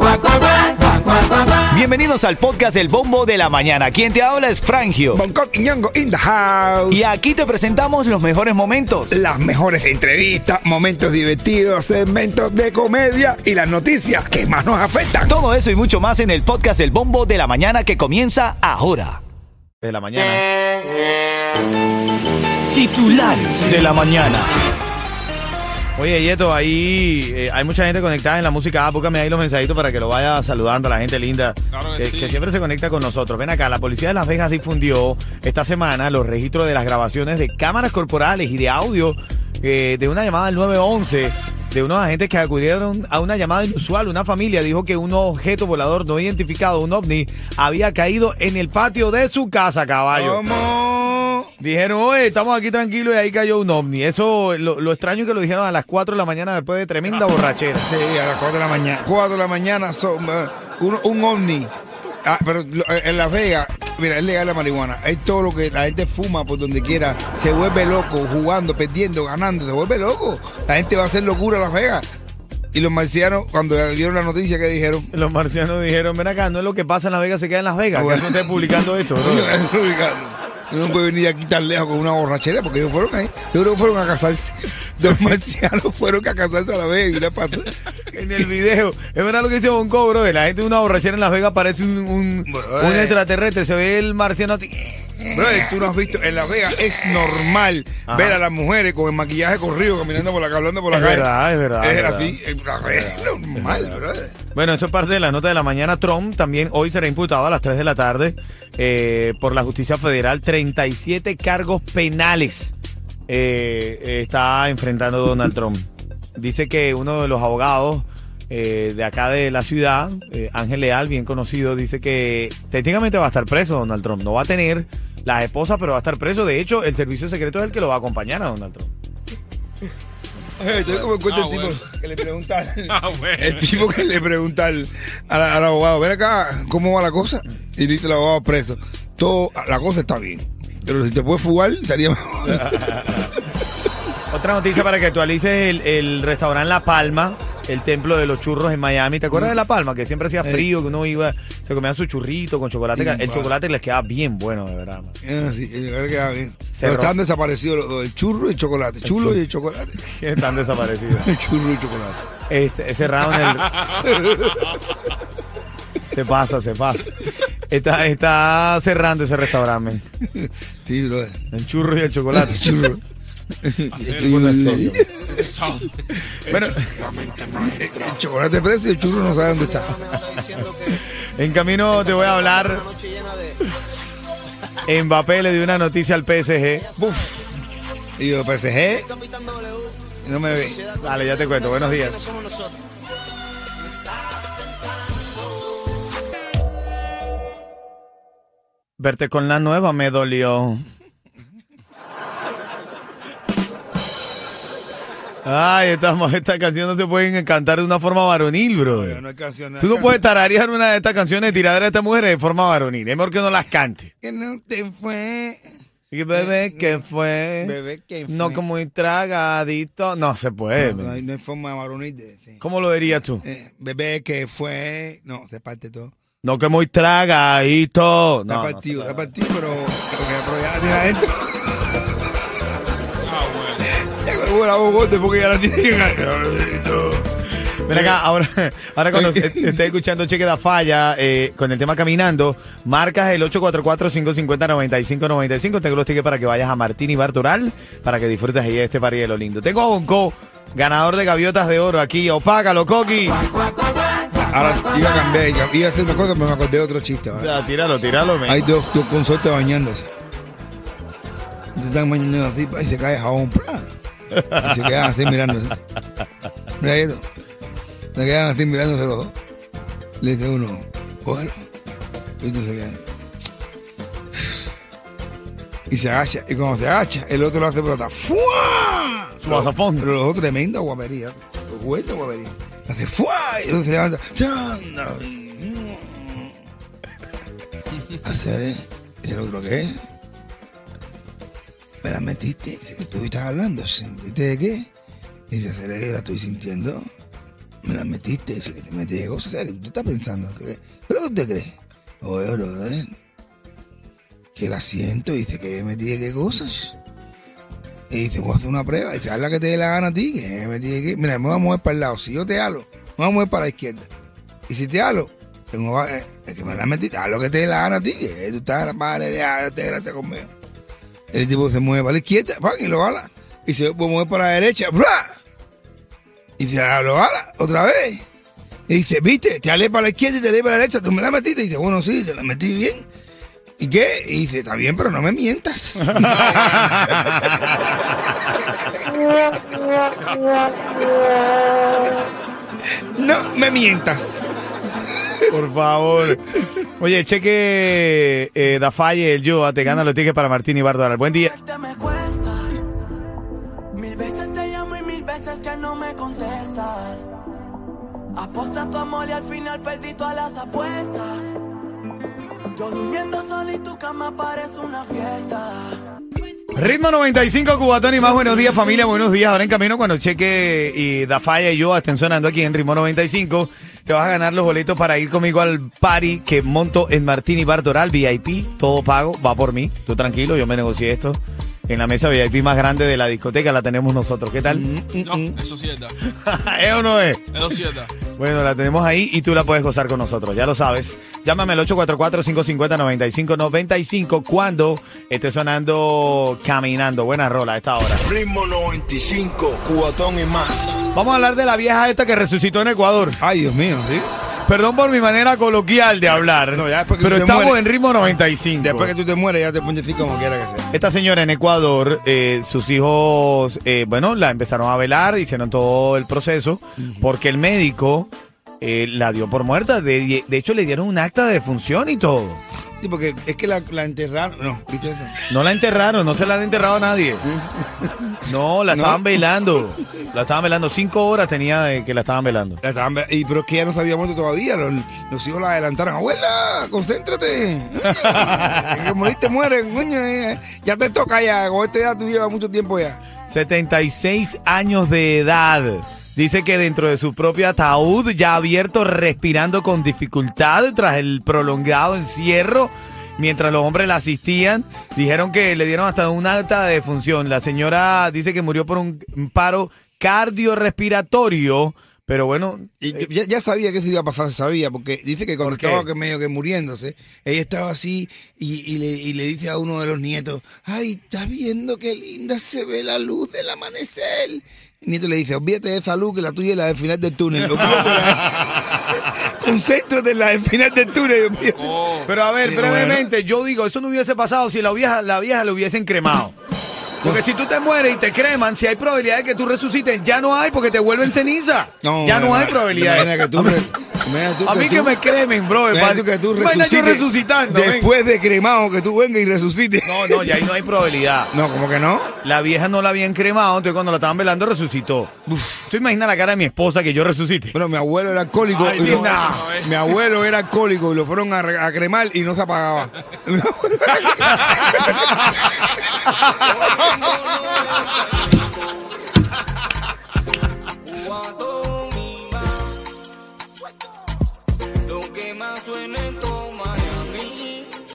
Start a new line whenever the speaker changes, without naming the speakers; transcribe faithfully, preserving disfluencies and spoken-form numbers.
Bienvenidos al podcast El Bombo de la Mañana. Quien te habla es Frangio.
Bangkok y Ñongo in the house.
Y aquí te presentamos los mejores momentos.
Las mejores entrevistas, momentos divertidos, segmentos de comedia y las noticias que más nos afectan.
Todo eso y mucho más en el podcast El Bombo de la Mañana que comienza ahora. De la mañana. Titulares de la mañana. Oye, Yeto, ahí eh, hay mucha gente conectada en la música. Ah, búscame ahí los mensajitos para que lo vaya saludando a la gente linda
Claro que
que,
sí.
que siempre se conecta con nosotros. Ven acá, la policía de Las Vegas difundió esta semana los registros de las grabaciones de cámaras corporales y de audio eh, de una llamada al nueve once de unos agentes que acudieron a una llamada inusual. Una familia dijo que un objeto volador no identificado, un ovni, había caído en el patio de su casa, caballo.
¿Cómo?
Dijeron, oye, estamos aquí tranquilos y ahí cayó un ovni. Eso, lo, lo extraño es que lo dijeron a las cuatro de la mañana después de tremenda borrachera.
Sí, a las cuatro de la mañana. cuatro de la mañana son uh, un, un ovni. Ah, pero lo- en Las Vegas, mira, es legal la marihuana. Es todo lo que la gente fuma por donde quiera. Se vuelve loco, jugando, perdiendo, ganando. Se vuelve loco. La gente va a hacer locura en Las Vegas. Y los marcianos, cuando dieron la noticia, ¿qué dijeron?
Los marcianos dijeron, ven acá, no es lo que pasa en Las Vegas, se queda en Las Vegas.
Bueno.
Que no esté publicando esto, bro.
No puede venir aquí tan lejos con una borrachera porque ellos fueron ahí. Yo creo que fueron a casarse. Los marcianos fueron a casarse a La Vega y una pata.
En el video, es verdad lo que dice Bonco, bro. La gente de una borrachera en Las Vegas parece un, un,
Bro,
un
eh.
extraterrestre. Se ve el marciano. así.
Brother, tú no has visto, en Las Vegas es normal
Ajá.
ver a las mujeres con el maquillaje corrido caminando por la calle, hablando por la
Es
calle.
verdad, es verdad,
Es
es verdad.
así, en Las Vegas es normal, brother.
Bueno, esto es parte de la nota de la mañana. Trump también hoy será imputado a las tres de la tarde eh, por la justicia federal. treinta y siete cargos penales eh, eh, está enfrentando Donald Trump. Dice que uno de los abogados eh, de acá de la ciudad, eh, Ángel Leal, bien conocido, dice que técnicamente va a estar preso Donald Trump. No va a tener las esposas, pero va a estar preso. De hecho, el servicio secreto es el que lo va a acompañar a Donald Trump.
Estoy como el cuento
Ah,
el tipo
bueno.
que le pregunta al-
Ah, bueno.
el tipo que le pregunta al, al, al abogado, ven acá, ¿cómo va la cosa? Y dice el abogado preso, todo, la cosa está bien, pero si te puedes fugar, estaría mejor.
Otra noticia para que actualices el, el restaurante La Palma, el templo de los churros en Miami. ¿Te acuerdas de La Palma? Que siempre hacía frío, que uno iba, se comía su churrito con chocolate.
Sí,
el
va.
chocolate les queda bien bueno, de verdad. Man.
Ah, sí, y le queda bien.
Cerró.
Pero están desaparecidos los dos, el churro y el chocolate, chulo y el chocolate.
Están desaparecidos.
El churro y el chocolate.
Este, cerraron el... Se pasa, se pasa. Está, está cerrando ese restaurante, man.
Sí, brother.
El churro y el chocolate.
El churro.
Bueno, en serio. Bueno,
El chocolate preso y el churro no sabe dónde está.
en camino te voy a hablar. Mbappé le dio una noticia al P S G.
Uf. Y yo, P S G, no me ve.
Dale, ya te cuento. Buenos días. Verte con la nueva me dolió. Ay, esta, esta canción no se pueden cantar de una forma varonil, bro.
No hay canción.
Tú no puedes tararear una de estas canciones tiraderas de estas mujeres de forma varonil. Es mejor que no las cante.
Que no te fue.
Y bebé, ¿qué fue?
Bebé, ¿qué fue?
No como muy tragadito. No se puede.
No, no hay, no hay forma varonil de decir.
¿Cómo lo dirías tú?
Eh, bebé, que fue. No, se parte todo.
No que muy tragadito.
Está
No, no
partido,
se
está
puede.
partido, pero, pero, pero ya la tiene adentro.
Ah, bueno.
Ya con la bogote porque ya la tiene adentro.
Ven acá, ahora, ahora cuando te- te estés escuchando Cheque da Falla eh, con el tema Caminando, marcas el ocho cuatro cuatro, cinco cinco cero, nueve cinco nueve cinco. Tengo los tickets para que vayas a Martín y Bartoral para que disfrutes ahí de este party de lo lindo. Tengo a Bonco, ganador de Gaviotas de Oro aquí. Opácalo, Coqui.
Ahora iba a cambiar, iba a hacer una cosa, pero me acordé de otro chiste.
O
¿vale?
sea, tíralo, tíralo, men.
Hay dos, dos consortes bañándose. Se están bañando así y se cae jabón. ¡plá! Y se quedan así mirándose. Mira esto. Se quedan así mirándose los dos. Le dice uno, cógelo. Y otro se queda. Y se agacha. Y cuando se agacha, el otro lo hace pelota. ¡Fua!
Su azafón.
Pero los dos tremenda guapería. Juguete guapería. Hace ¡fua! Y el otro se levanta. ¡Chanda! Hacer, ¿eh? Dice el otro, ¿qué? ¿Me la metiste? Dice, ¿tú estás hablando? ¿Viste de qué? Dice, ¿seré que la estoy sintiendo? me la metiste, dice que te metí de cosas, ¿sabes? ¿Qué tú estás pensando? ¿Qué es lo que usted cree? Oye, brother, que la siento, dice que me metí de qué cosas. Y dice, voy a hacer una prueba, dice, haz la que te dé la gana a ti, que me metí de qué. Mira, me voy a mover para el lado, si yo te halo, me voy a mover para la izquierda. Y si te halo, tengo, eh, es que me la metiste, haz lo que te dé la gana a ti, que tú estás en la madre, ya te gracias conmigo. El tipo se mueve para la izquierda, pan, y lo ala. Y se mueve para la derecha, ¡bra! Y dice, ah, lo ala, otra vez. Y dice, viste, te alé para la izquierda y te alé para la derecha, tú me la metiste. Y dice, bueno, sí, te la metí bien. ¿Y qué? Y dice, está bien, pero no me mientas. No me mientas.
Por favor. Oye, cheque eh, Da Falle, el yo, te gana los tickets para Martín y Bardoral. Buen día.
Me cuesta. Mil veces te llamo y mil veces que no me contestas. Apostas tu amor y al final perdí todas las apuestas. Yo durmiendo solo y tu cama parece una fiesta.
Ritmo noventa y cinco, Cubatón y más. Buenos días, familia. Buenos días. Ahora en camino cuando Cheque y Da Falle y yo estén sonando aquí en Ritmo noventa y cinco. Te vas a ganar los boletos para ir conmigo al party que monto en Martín y Bardoral, V I P, todo pago, va por mí. Tú tranquilo, yo me negocié esto. En la mesa V I P más grande de la discoteca la tenemos nosotros. ¿Qué tal?
No, eso sí es verdad.
¿Es o no es?
Eso sí es verdad.
Bueno, la tenemos ahí y tú la puedes gozar con nosotros, ya lo sabes. Llámame al ocho cuatro cuatro, cinco cinco cero, nueve cinco nueve cinco cuando esté sonando Caminando. Buena rola a esta hora.
Ritmo noventa y cinco, Cubatón y más.
Vamos a hablar de la vieja esta que resucitó en Ecuador.
Ay, Dios mío, ¿sí?
Perdón por mi manera coloquial de hablar,
No, ya después que
pero
tú te
estamos
mueres.
en Ritmo noventa y cinco.
Después que tú te mueres, ya te pones así como quiera que sea.
Esta señora en Ecuador, eh, sus hijos, eh, bueno, la empezaron a velar, hicieron todo el proceso, porque el médico eh, la dio por muerta. De, de hecho, le dieron un acta de defunción y todo.
Sí, porque es que la, la enterraron. No, ¿viste eso?
No la enterraron, no se la han enterrado a nadie. No, la
¿No?
estaban velando. La estaban velando. Cinco horas tenía de que la estaban velando.
La estaban ve- y, pero es que ya no se había muerto todavía. Los, los hijos la adelantaron. Abuela, concéntrate. Es que moriste, muere. Coño, eh, ya te toca ya. Con esta edad tú llevas mucho tiempo ya.
setenta y seis años de edad. Dice que dentro de su propio ataúd, ya abierto, respirando con dificultad tras el prolongado encierro, mientras los hombres la asistían, dijeron que le dieron hasta un acta de defunción. La señora dice que murió por un paro cardiorrespiratorio, pero bueno...
Y yo ya, ya sabía que eso iba a pasar, se sabía, porque dice que cuando
¿Por qué?
estaba que medio que muriéndose, ella estaba así y, y, le, y le dice a uno de los nietos, ay, ¿estás viendo qué linda se ve la luz del amanecer? El nieto le dice, olvídate de esa luz que la tuya es la del final del túnel. Olvídate de la... Concéntrate en la del final del túnel. Olvídate.
Oh,
Pero a ver,
Sí,
brevemente, yo digo, eso no hubiese pasado si la vieja, la vieja lo hubiesen cremado. Porque si tú te mueres y te creman, si hay probabilidad de que tú resucites, ya no hay porque te vuelven ceniza. ya no hay probabilidad.
Imagina que tú, re- imagina tú
A mí que
tú-
me cremen, bro.
imagina tú que tú
Imagina yo
resucites
resucitando. ven.
después de cremado, que tú vengas y resucites.
No, no, ya ahí no hay probabilidad.
No, como que no.
La vieja no la habían cremado, entonces cuando la estaban velando resucitó. Uf, tú imaginas la cara de mi esposa que yo resucite.
Bueno, mi abuelo era alcohólico.
Ay,
y lo-
linda.
mi abuelo era alcohólico y lo fueron a, re- a cremar y no se apagaba. Mi abuelo era-